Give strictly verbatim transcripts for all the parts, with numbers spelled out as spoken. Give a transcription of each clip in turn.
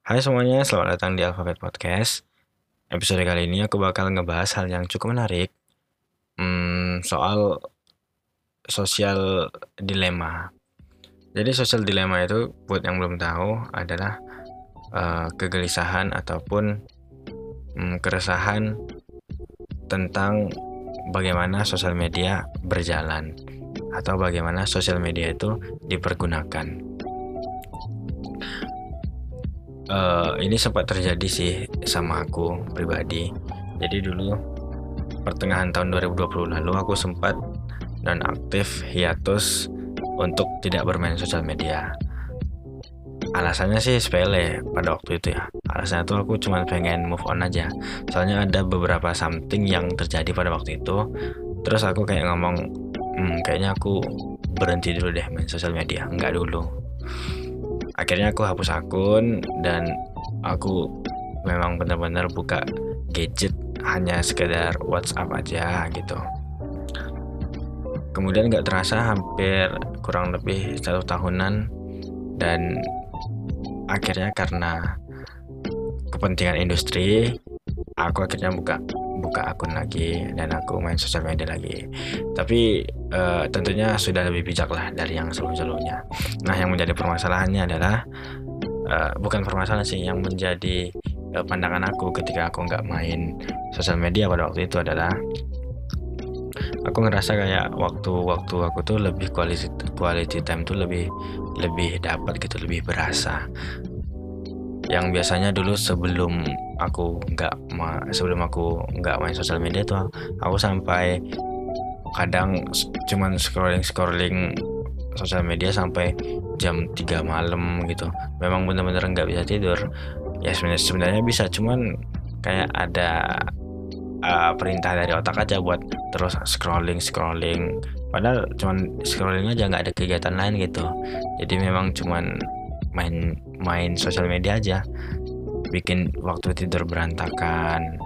Hai semuanya, selamat datang di Alphabet Podcast. Episode kali ini aku bakal ngebahas hal yang cukup menarik, hmm, soal sosial dilema. Jadi sosial dilema itu, buat yang belum tahu, adalah uh, kegelisahan ataupun hmm, keresahan tentang bagaimana sosial media berjalan atau bagaimana sosial media itu dipergunakan. Uh, ini sempat terjadi sih sama aku pribadi. Jadi dulu pertengahan tahun dua ribu dua puluh lalu aku sempat nonaktif hiatus untuk tidak bermain sosial media. Alasannya sih sepele pada waktu itu ya. Alasannya tuh aku cuma pengen move on aja. Soalnya ada beberapa something yang terjadi pada waktu itu. Terus aku kayak ngomong, hmm, kayaknya aku berhenti dulu deh main sosial media. Enggak dulu. Akhirnya aku hapus akun dan aku memang benar-benar buka gadget hanya sekedar WhatsApp aja gitu. Kemudian nggak terasa hampir kurang lebih satu tahunan, dan akhirnya karena kepentingan industri aku akhirnya buka buka akun lagi dan aku main sosial media lagi. Tapi uh, tentunya sudah lebih bijak lah dari yang sebelum-sebelumnya. Nah, yang menjadi permasalahannya adalah uh, bukan permasalahan sih, yang menjadi uh, pandangan aku ketika aku nggak main sosial media pada waktu itu adalah aku ngerasa kayak waktu-waktu aku tuh lebih quality quality time tuh lebih lebih dapat gitu, lebih berasa. Yang biasanya dulu sebelum aku nggak ma sebelum aku nggak main sosial media tuh aku sampai kadang cuman scrolling scrolling sosial media sampai jam tiga malam gitu. Memang benar-benar nggak bisa tidur. Ya sebenarnya sebenarnya bisa, cuman kayak ada uh, perintah dari otak aja buat terus scrolling scrolling. Padahal cuman scrolling aja, nggak ada kegiatan lain gitu. Jadi memang cuman main main sosial media aja, bikin waktu tidur berantakan.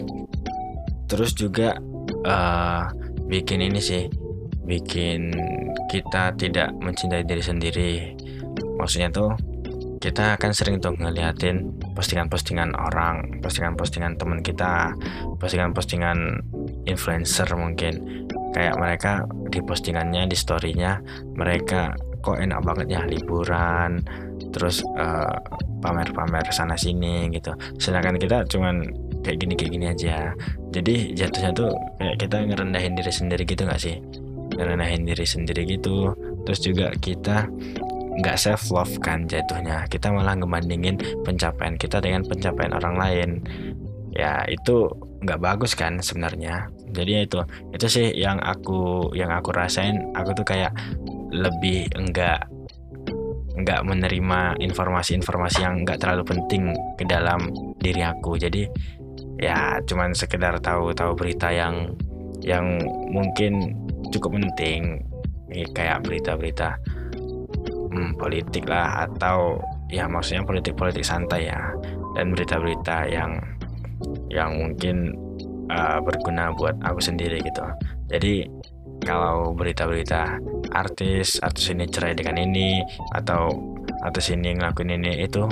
Terus juga uh, bikin ini sih, bikin kita tidak mencintai diri sendiri. Maksudnya tuh kita akan sering tuh ngeliatin postingan-postingan orang, postingan-postingan teman kita, postingan-postingan influencer mungkin. Kayak mereka di postingannya, di story-nya, mereka kok enak banget ya liburan, terus uh, pamer-pamer sana sini gitu. Sedangkan kita cuman kayak gini kayak gini aja. Jadi jatuhnya tuh kayak kita ngerendahin diri sendiri gitu nggak sih? Ngerendahin diri sendiri gitu. Terus juga kita nggak self love kan jatuhnya. Kita malah ngebandingin pencapaian kita dengan pencapaian orang lain. Ya itu nggak bagus kan sebenarnya. Jadi ya itu itu sih yang aku yang aku rasain. Aku tuh kayak lebih enggak enggak menerima informasi-informasi yang enggak terlalu penting ke dalam diri aku. Jadi ya cuman sekedar tahu-tahu berita yang yang mungkin cukup penting, kayak berita-berita hmm, politik lah, atau ya maksudnya politik-politik santai ya, dan berita-berita yang yang mungkin uh, berguna buat aku sendiri gitu. Jadi kalau berita-berita artis artis ini cerai dengan ini, atau artis ini ngelakuin ini, itu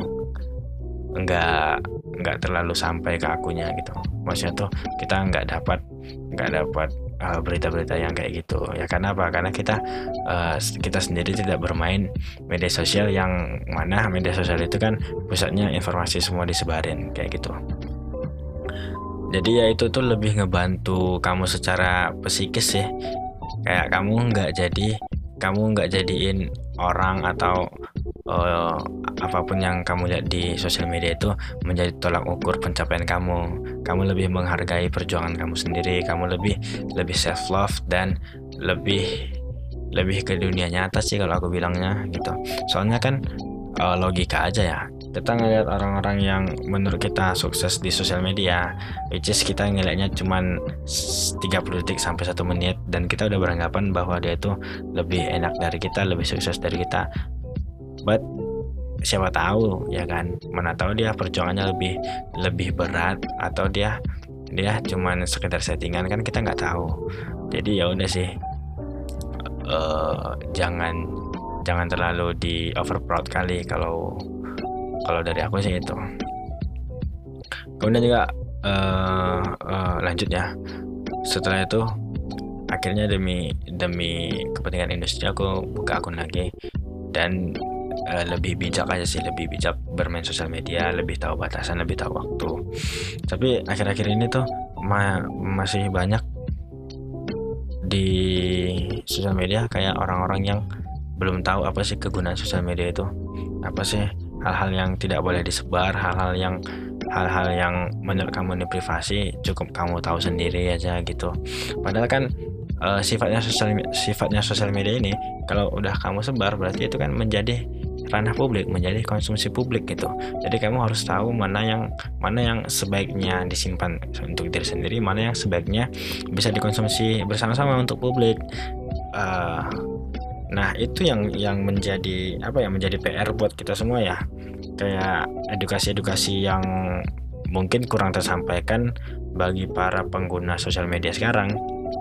enggak enggak terlalu sampai ke akunya gitu. Maksudnya tuh kita enggak dapat enggak dapat uh, berita-berita yang kayak gitu. Ya karena apa? Karena kita uh, kita sendiri tidak bermain media sosial, yang mana media sosial itu kan pusatnya informasi semua disebarin kayak gitu. Jadi ya itu tuh lebih ngebantu kamu secara psikis sih. Kayak kamu nggak jadi kamu nggak jadiin orang atau uh, apapun yang kamu lihat di sosial media itu menjadi tolak ukur pencapaian kamu. Kamu lebih menghargai perjuangan kamu sendiri. Kamu lebih lebih self love dan lebih lebih ke dunia nyata sih kalau aku bilangnya gitu. Soalnya kan uh, logika aja ya. Kita ngeliat orang-orang yang menurut kita sukses di sosial media, which is kita ngeliatnya cuman tiga puluh detik sampai satu menit, dan kita udah beranggapan bahwa dia itu lebih enak dari kita, lebih sukses dari kita. But siapa tahu ya kan, mana tahu dia perjuangannya lebih lebih berat, atau dia dia cuman sekedar settingan, kan kita nggak tahu. Jadi ya udah sih, uh, jangan jangan terlalu di over proud kali kalau Kalau dari aku sih itu. Kemudian juga uh, uh, lanjut ya. Setelah itu akhirnya demi demi kepentingan industri aku buka akun lagi, dan uh, lebih bijak aja sih, lebih bijak bermain sosial media, lebih tahu batasan, lebih tahu waktu. Tapi akhir-akhir ini tuh ma masih banyak di sosial media kayak orang-orang yang belum tahu apa sih kegunaan sosial media itu, apa sih hal-hal yang tidak boleh disebar, hal-hal yang hal-hal yang menurut kamu ini privasi, cukup kamu tahu sendiri aja gitu. Padahal kan uh, sifatnya sosial sifatnya sosial media ini kalau udah kamu sebar berarti itu kan menjadi ranah publik, menjadi konsumsi publik gitu. Jadi kamu harus tahu mana yang mana yang sebaiknya disimpan untuk diri sendiri, mana yang sebaiknya bisa dikonsumsi bersama-sama untuk publik. Uh, nah itu yang yang menjadi apa ya, menjadi P R buat kita semua ya. Kayak edukasi-edukasi yang mungkin kurang tersampaikan bagi para pengguna sosial media sekarang.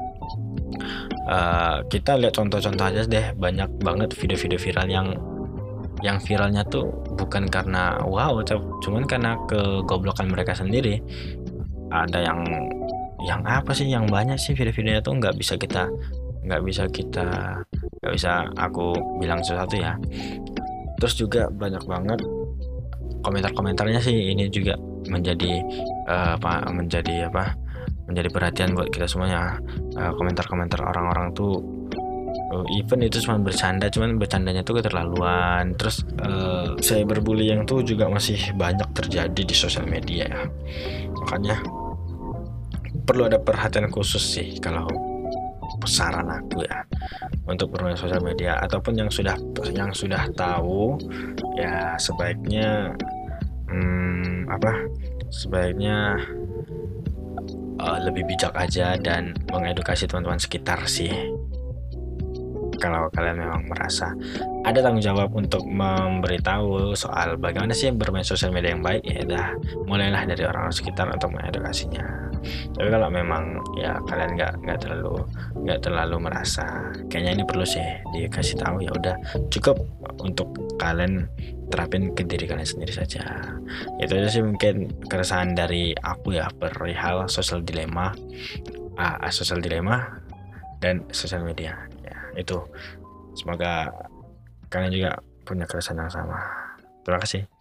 Uh, kita lihat contoh-contoh aja deh, banyak banget video-video viral yang yang viralnya tuh bukan karena wow, cuman karena kegoblokan mereka sendiri. Ada yang yang apa sih, yang banyak sih video-videonya tuh nggak bisa kita nggak bisa kita nggak bisa aku bilang sesuatu ya. Terus juga banyak banget komentar-komentarnya sih, ini juga menjadi uh, apa menjadi apa menjadi perhatian buat kita semuanya. Uh, komentar-komentar orang-orang tuh uh, even itu cuma bercanda, cuman bercandanya tuh keterlaluan. Terus uh, cyberbullying tuh juga masih banyak terjadi di sosial media ya. Makanya perlu ada perhatian khusus sih kalau saran aku ya, untuk bermain sosial media, ataupun yang sudah yang sudah tahu ya sebaiknya hmm, apa sebaiknya uh, lebih bijak aja dan mengedukasi teman-teman sekitar sih. Kalau kalian memang merasa ada tanggung jawab untuk memberitahu soal bagaimana sih bermain sosial media yang baik, ya udah mulailah dari orang-orang sekitar untuk mengedukasinya. Tapi kalau memang ya kalian nggak nggak terlalu nggak terlalu merasa kayaknya ini perlu sih dikasih tahu, ya udah cukup untuk kalian terapin ke diri kalian sendiri saja. Itu aja sih mungkin keresahan dari aku ya perihal sosial dilema, uh, sosial dilema dan sosial media. Ya, itu semoga kalian juga punya keresahan yang sama. Terima kasih.